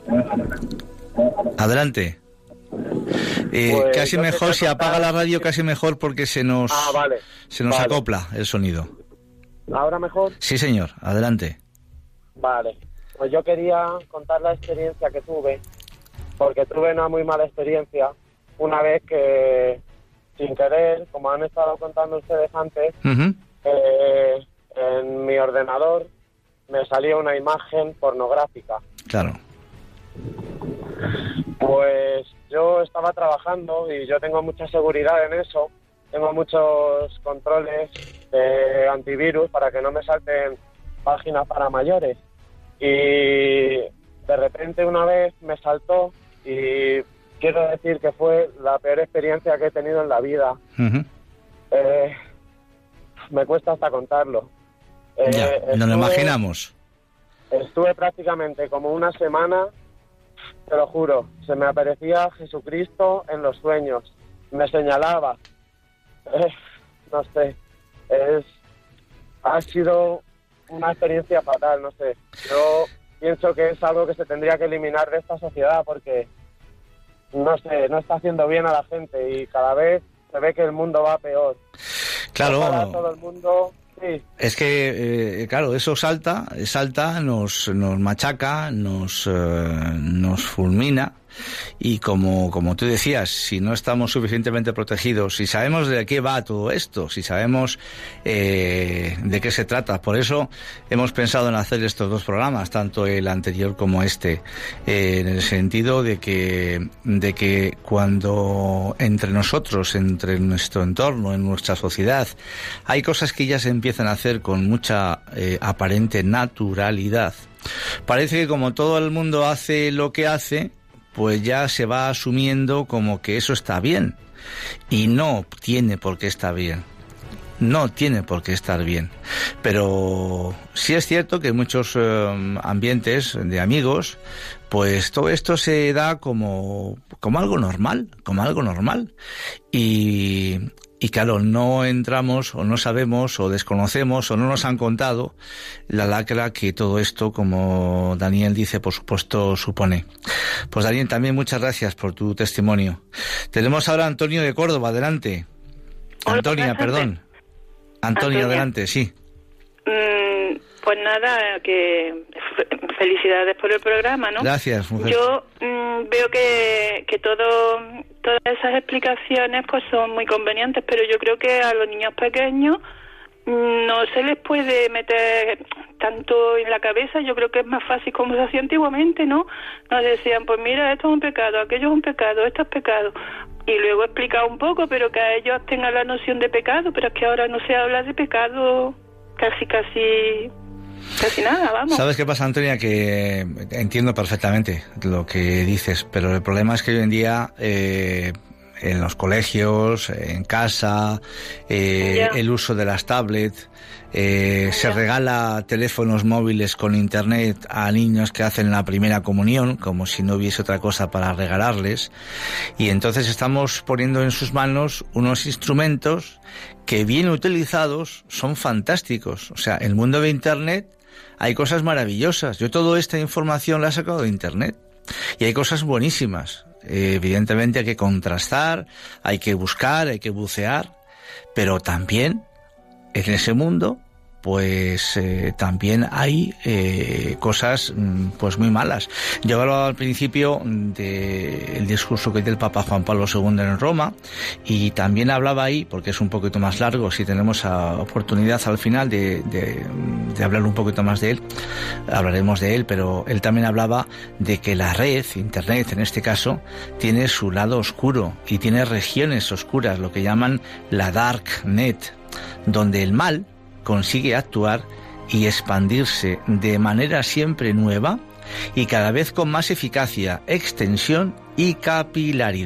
Adelante. Pues casi mejor, si apaga la radio, casi mejor, porque se nos vale. acopla el sonido. ¿Ahora mejor? Sí, señor, adelante. Vale, pues yo quería contar la experiencia que tuve, porque tuve una muy mala experiencia una vez que, sin querer, como han estado contando ustedes antes, Uh-huh. En mi ordenador me salía una imagen pornográfica. Claro. Pues yo estaba trabajando y yo tengo mucha seguridad en eso, tengo muchos controles de antivirus para que no me salten páginas para mayores. Y de repente una vez me saltó y quiero decir que fue la peor experiencia que he tenido en la vida. Uh-huh. Me cuesta hasta contarlo. Ya, nos lo imaginamos. Estuve prácticamente como una semana, te lo juro, se me aparecía Jesucristo en los sueños, me señalaba. No sé, ha sido una experiencia fatal, no sé. Yo pienso que es algo que se tendría que eliminar de esta sociedad porque, no sé, no está haciendo bien a la gente y cada vez se ve que el mundo va peor. Claro. Ojalá todo el mundo... Sí. Es que, claro, eso salta, nos machaca, nos fulmina. Y como tú decías, si no estamos suficientemente protegidos, si sabemos de qué va todo esto, si sabemos de qué se trata, por eso hemos pensado en hacer estos dos programas, tanto el anterior como este, en el sentido de que cuando entre nosotros, entre nuestro entorno, en nuestra sociedad, hay cosas que ya se empiezan a hacer con mucha aparente naturalidad. Parece que como todo el mundo hace lo que hace, pues ya se va asumiendo como que eso está bien. Y no tiene por qué estar bien. No tiene por qué estar bien. Pero sí es cierto que en muchos ambientes de amigos, pues todo esto se da como algo normal, Y claro, no entramos o no sabemos o desconocemos o no nos han contado la lacra que todo esto, como Daniel dice, por supuesto supone. Pues Daniel, también muchas gracias por tu testimonio. Tenemos ahora a Antonio de Córdoba, adelante. Antonia, perdón. Antonia, adelante, sí. Pues nada, que felicidades por el programa, ¿no? Gracias, mujer. Yo veo que todas esas explicaciones pues son muy convenientes, pero yo creo que a los niños pequeños no se les puede meter tanto en la cabeza. Yo creo que es más fácil, como se hacía antiguamente, ¿no? Nos decían, pues mira, esto es un pecado, aquello es un pecado, esto es pecado. Y luego explicar un poco, pero que a ellos tengan la noción de pecado, pero es que ahora no se habla de pecado casi nada, vamos. ¿Sabes qué pasa, Antonia? Que entiendo perfectamente lo que dices, pero el problema es que hoy en día en los colegios, en casa, el uso de las tablets, se regala teléfonos móviles con internet a niños que hacen la primera comunión, como si no hubiese otra cosa para regalarles, y entonces estamos poniendo en sus manos unos instrumentos que bien utilizados son fantásticos. O sea, el mundo de internet hay cosas maravillosas. Yo toda esta información la he sacado de internet y hay cosas buenísimas. Evidentemente hay que contrastar, hay que buscar, hay que bucear, pero también en ese mundo pues también hay cosas pues muy malas. Yo hablaba al principio del discurso que dio el Papa Juan Pablo II en Roma, y también hablaba ahí, porque es un poquito más largo, si tenemos oportunidad al final de hablar un poquito más de él, hablaremos de él, pero él también hablaba de que la red, internet en este caso, tiene su lado oscuro y tiene regiones oscuras, lo que llaman la dark net, donde el mal consigue actuar y expandirse de manera siempre nueva y cada vez con más eficacia, extensión y capilaridad.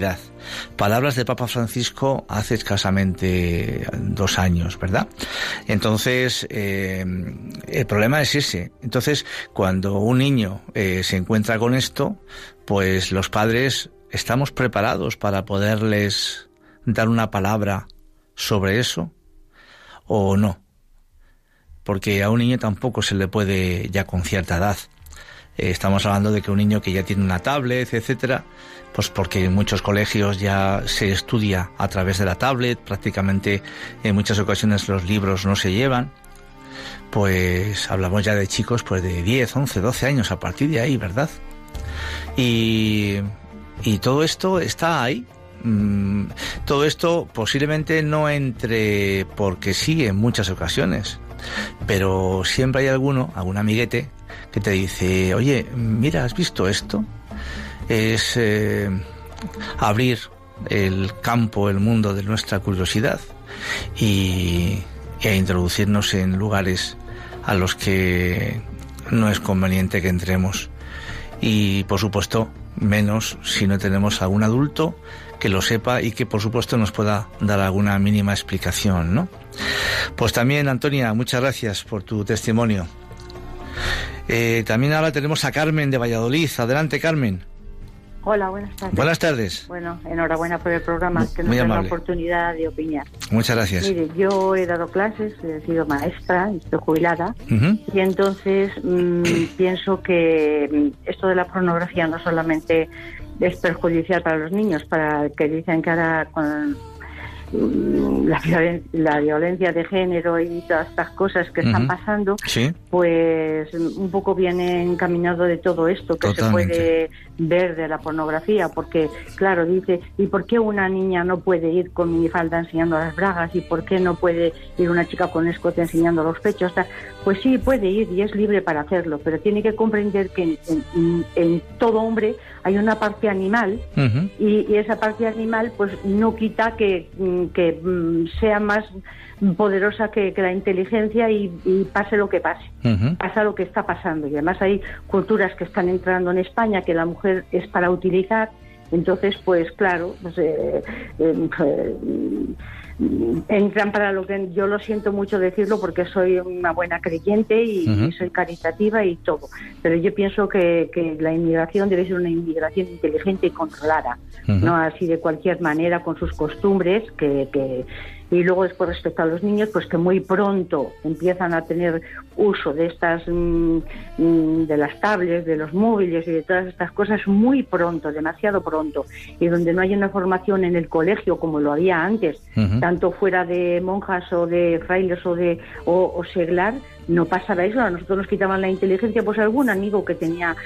palabras de Papa Francisco hace escasamente 2 años, ¿verdad? Entonces, el problema es ese. Entonces, cuando un niño se encuentra con esto, pues los padres estamos preparados para poderles dar una palabra sobre eso, ¿o no? Porque a un niño tampoco se le puede, ya con cierta edad, estamos hablando de que un niño que ya tiene una tablet, etcétera, pues porque en muchos colegios ya se estudia a través de la tablet, prácticamente en muchas ocasiones los libros no se llevan, pues hablamos ya de chicos pues de 10, 11, 12 años a partir de ahí, ¿verdad? Y todo esto está ahí. Todo esto posiblemente no entre porque sí en muchas ocasiones, pero siempre hay algún amiguete que te dice, oye, mira, ¿has visto esto? Es abrir el campo, el mundo de nuestra curiosidad y introducirnos en lugares a los que no es conveniente que entremos. Y por supuesto, menos si no tenemos algún adulto que lo sepa y que por supuesto nos pueda dar alguna mínima explicación, ¿no? Pues también, Antonia, muchas gracias por tu testimonio. También ahora tenemos a Carmen de Valladolid. Adelante, Carmen. Hola, buenas tardes. Buenas tardes. Bueno, enhorabuena por el programa, que nos da la oportunidad de opinar. Muchas gracias. Mire, yo he dado clases, he sido maestra, estoy jubilada, y entonces pienso que esto de la pornografía no solamente es perjudicial para los niños, para que dicen que ahora con la violencia de género y todas estas cosas que están pasando, ¿sí? Pues un poco viene encaminado de todo esto que Totalmente. Se puede ver de la pornografía, porque claro, dice, ¿y por qué una niña no puede ir con minifalda enseñando las bragas? ¿Y por qué no puede ir una chica con escote enseñando los pechos? Pues sí, puede ir y es libre para hacerlo, pero tiene que comprender que en todo hombre hay una parte animal, y esa parte animal pues no quita que sea más poderosa que la inteligencia y pase lo que pase, pasa lo que está pasando. Y además hay culturas que están entrando en España que la mujer es para utilizar, entonces pues claro, pues, entran para lo que yo lo siento mucho decirlo porque soy una buena creyente y soy caritativa y todo, pero yo pienso que la inmigración debe ser una inmigración inteligente y controlada, no así de cualquier manera con sus costumbres y luego después respecto a los niños, pues que muy pronto empiezan a tener uso de estas de las tablets, de los móviles y de todas estas cosas muy pronto, demasiado pronto, y donde no hay una formación en el colegio como lo había antes, tanto fuera de monjas o de frailes o seglar, no pasaba eso. A nosotros nos quitaban la inteligencia, pues algún amigo que tenía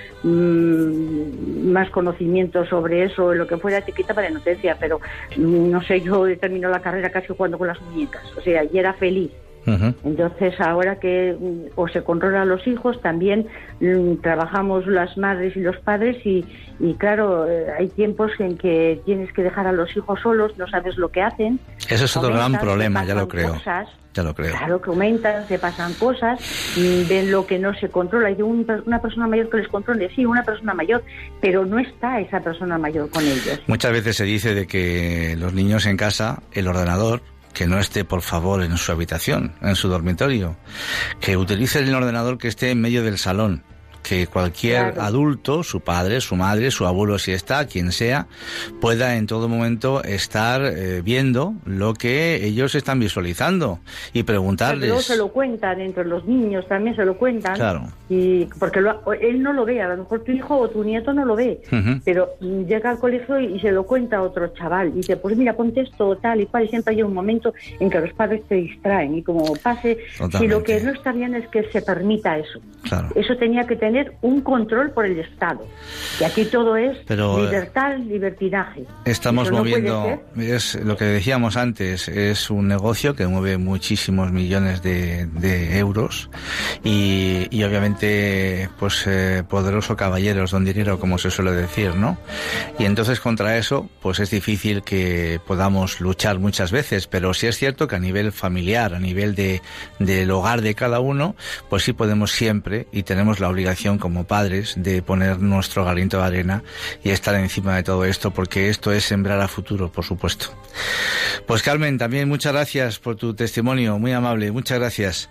más conocimiento sobre eso o lo que fuera te quitaba la inocencia, pero no sé, yo terminé la carrera casi jugando con las muñecas, o sea, y era feliz. Entonces ahora que o se controla a los hijos, también trabajamos las madres y los padres y claro, hay tiempos en que tienes que dejar a los hijos solos, no sabes lo que hacen. Eso es otro gran problema, ya lo creo. Ya lo creo. Claro, que aumentan, se pasan cosas, ven lo que no se controla. Y de una persona mayor que les controle, sí, una persona mayor, pero no está esa persona mayor con ellos. Muchas veces se dice de que los niños en casa, el ordenador, que no esté, por favor, en su habitación, en su dormitorio, que utilice el ordenador que esté en medio del salón, que cualquier adulto, su padre, su madre, su abuelo, si está, quien sea, pueda en todo momento estar viendo lo que ellos están visualizando y preguntarles. Pero se lo cuentan entre los niños, también se lo cuentan. Claro. Y porque él no lo ve, a lo mejor tu hijo o tu nieto no lo ve, pero llega al colegio y se lo cuenta a otro chaval y dice, pues mira, ponte esto tal y cual, y siempre hay un momento en que los padres te distraen y como pase, Totalmente. Si lo que no está bien es que se permita eso. Claro. Eso tenía que tener un control por el Estado. Y aquí todo es libertad, libertinaje. Estamos moviendo, es lo que decíamos antes, es un negocio que mueve muchísimos millones de euros y obviamente pues poderoso caballero es don dinero, como se suele decir, ¿no? Y entonces contra eso pues es difícil que podamos luchar muchas veces, pero sí es cierto que a nivel familiar, a nivel del hogar de cada uno, pues sí podemos siempre y tenemos la obligación obligación como padres de poner nuestro granito de arena y estar encima de todo esto, porque esto es sembrar a futuro, por supuesto. Pues Carmen, también muchas gracias por tu testimonio, muy amable, muchas gracias.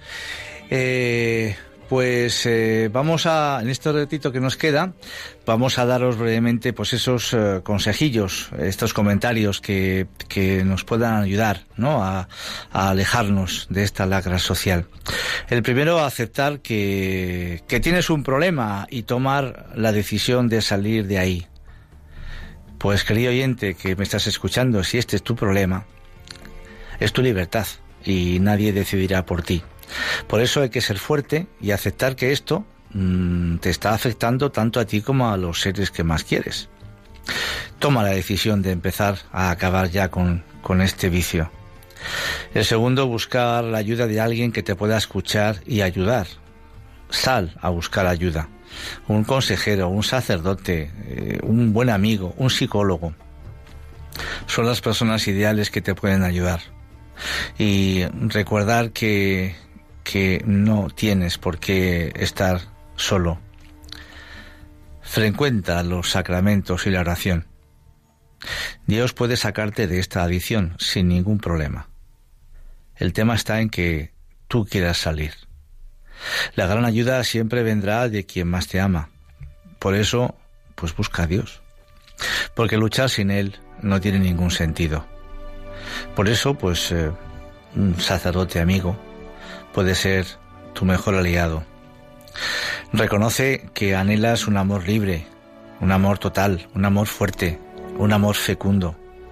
Vamos a, en este ratito que nos queda, vamos a daros brevemente pues esos consejillos, estos comentarios que nos puedan ayudar, ¿no?, a alejarnos de esta lacra social. El primero, aceptar que tienes un problema y tomar la decisión de salir de ahí. Pues, querido oyente que me estás escuchando, si este es tu problema, es tu libertad y nadie decidirá por ti. Por eso hay que ser fuerte y aceptar que esto te está afectando tanto a ti como a los seres que más quieres. Toma la decisión de empezar a acabar ya con este vicio. El segundo, buscar la ayuda de alguien que te pueda escuchar y ayudar. Sal a buscar ayuda. Un consejero, un sacerdote, un buen amigo, un psicólogo. Son las personas ideales que te pueden ayudar. Y recordar que no tienes por qué estar solo. Frecuenta los sacramentos y la oración. Dios puede sacarte de esta adicción sin ningún problema. El tema está en que tú quieras salir. La gran ayuda siempre vendrá de quien más te ama. Por eso, pues busca a Dios. Porque luchar sin Él no tiene ningún sentido. Por eso, pues, un sacerdote amigo puede ser tu mejor aliado. Reconoce que anhelas un amor libre, un amor total, un amor fuerte, un amor fecundo.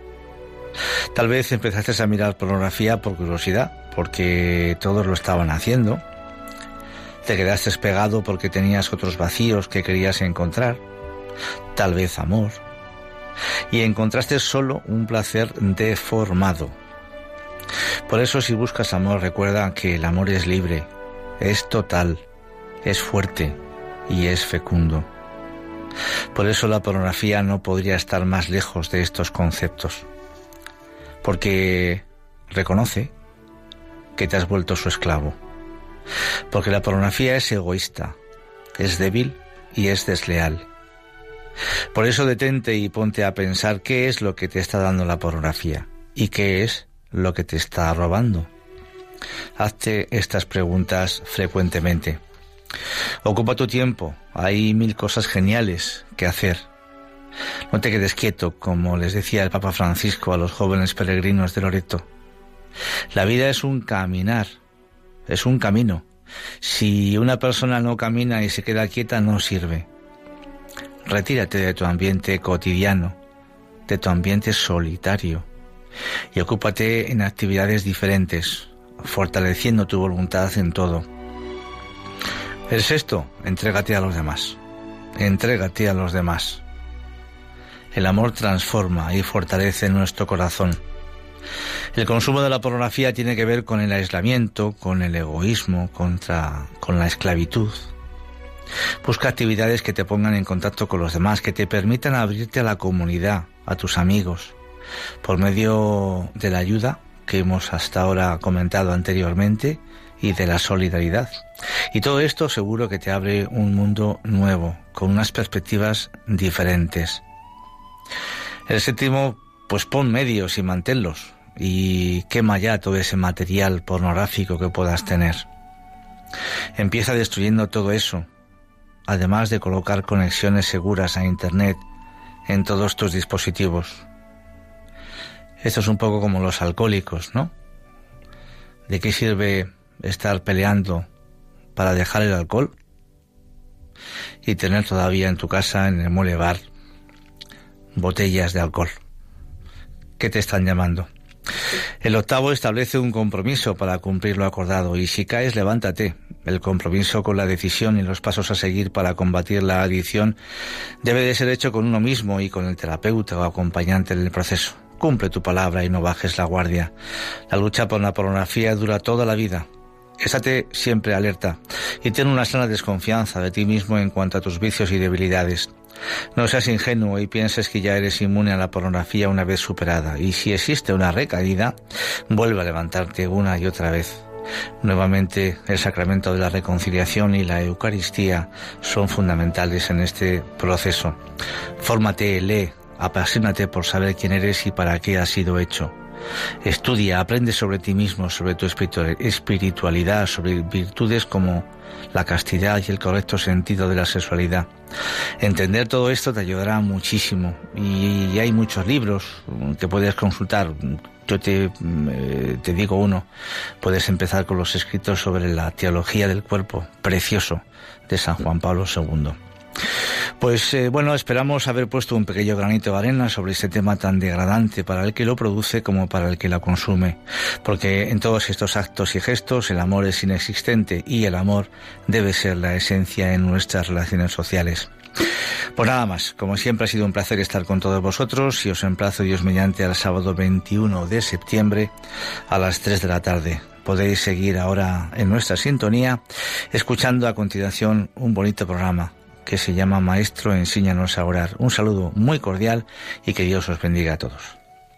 Tal vez empezaste a mirar pornografía por curiosidad, porque todos lo estaban haciendo. Te quedaste pegado porque tenías otros vacíos que querías encontrar. Tal vez amor. Y encontraste solo un placer deformado. Por eso, si buscas amor, recuerda que el amor es libre, es total, es fuerte y es fecundo. Por eso la pornografía no podría estar más lejos de estos conceptos. Porque reconoce que te has vuelto su esclavo. Porque la pornografía es egoísta, es débil y es desleal. Por eso detente y ponte a pensar qué es lo que te está dando la pornografía y qué es lo que te está robando. Hazte estas preguntas frecuentemente. Ocupa tu tiempo, hay 1000 cosas geniales que hacer. No te quedes quieto, como les decía el Papa Francisco a los jóvenes peregrinos de Loreto. La vida es un caminar, es un camino. Si una persona no camina y se queda quieta, no sirve. Retírate de tu ambiente cotidiano, de tu ambiente solitario, y ocúpate en actividades diferentes, fortaleciendo tu voluntad en todo. El sexto, entrégate a los demás. Entrégate a los demás. El amor transforma y fortalece nuestro corazón. El consumo de la pornografía tiene que ver con el aislamiento, con el egoísmo, con la esclavitud. Busca actividades que te pongan en contacto con los demás, que te permitan abrirte a la comunidad, a tus amigos, por medio de la ayuda que hemos hasta ahora comentado anteriormente y de la solidaridad. Y todo esto seguro que te abre un mundo nuevo, con unas perspectivas diferentes. El séptimo, pues pon medios y manténlos y quema ya todo ese material pornográfico que puedas tener. Empieza destruyendo todo eso, además de colocar conexiones seguras a Internet en todos tus dispositivos. Esto es un poco como los alcohólicos, ¿no? ¿De qué sirve estar peleando para dejar el alcohol y tener todavía en tu casa, en el mueble bar, botellas de alcohol? ¿Qué te están llamando? El octavo, establece un compromiso para cumplir lo acordado, y si caes, levántate. El compromiso con la decisión y los pasos a seguir para combatir la adicción debe de ser hecho con uno mismo y con el terapeuta o acompañante en el proceso. Cumple tu palabra y no bajes la guardia. La lucha por la pornografía dura toda la vida. Estate siempre alerta y ten una sana desconfianza de ti mismo en cuanto a tus vicios y debilidades. No seas ingenuo y pienses que ya eres inmune a la pornografía una vez superada, y si existe una recaída, vuelve a levantarte una y otra vez. Nuevamente, el sacramento de la reconciliación y la Eucaristía son fundamentales en este proceso. Fórmate, lee, apasionate por saber quién eres y para qué has sido hecho. Estudia, aprende sobre ti mismo, sobre tu espiritualidad, sobre virtudes como la castidad y el correcto sentido de la sexualidad. Entender todo esto te ayudará muchísimo y hay muchos libros que puedes consultar. Yo te digo uno, puedes empezar con los escritos sobre la teología del cuerpo, precioso, de San Juan Pablo II. Pues bueno, esperamos haber puesto un pequeño granito de arena sobre este tema tan degradante para el que lo produce como para el que lo consume, porque en todos estos actos y gestos el amor es inexistente y el amor debe ser la esencia en nuestras relaciones sociales. Pues nada más, como siempre ha sido un placer estar con todos vosotros y os emplazo Dios mediante al sábado 21 de septiembre a las 3 de la tarde. Podéis seguir ahora en nuestra sintonía escuchando a continuación un bonito programa que se llama Maestro, enséñanos a orar. Un saludo muy cordial y que Dios os bendiga a todos.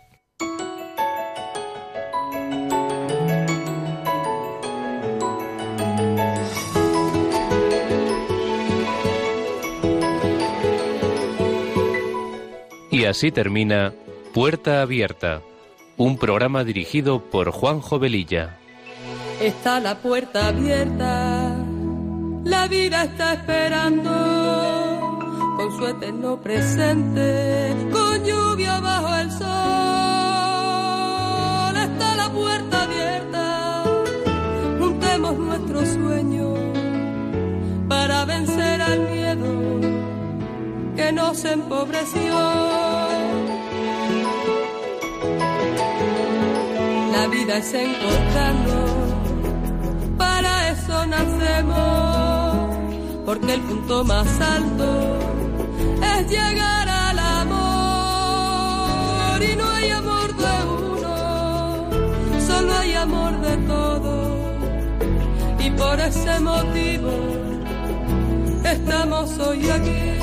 Y así termina Puerta Abierta, un programa dirigido por Juanjo Velilla. Está la puerta abierta, la vida está esperando, con su eterno presente, con lluvia bajo el sol. Está la puerta abierta, juntemos nuestros sueños para vencer al miedo que nos empobreció. La vida es encontrarnos, para eso nacemos, porque el punto más alto es llegar al amor. Y no hay amor de uno, solo hay amor de todos. Y por ese motivo estamos hoy aquí.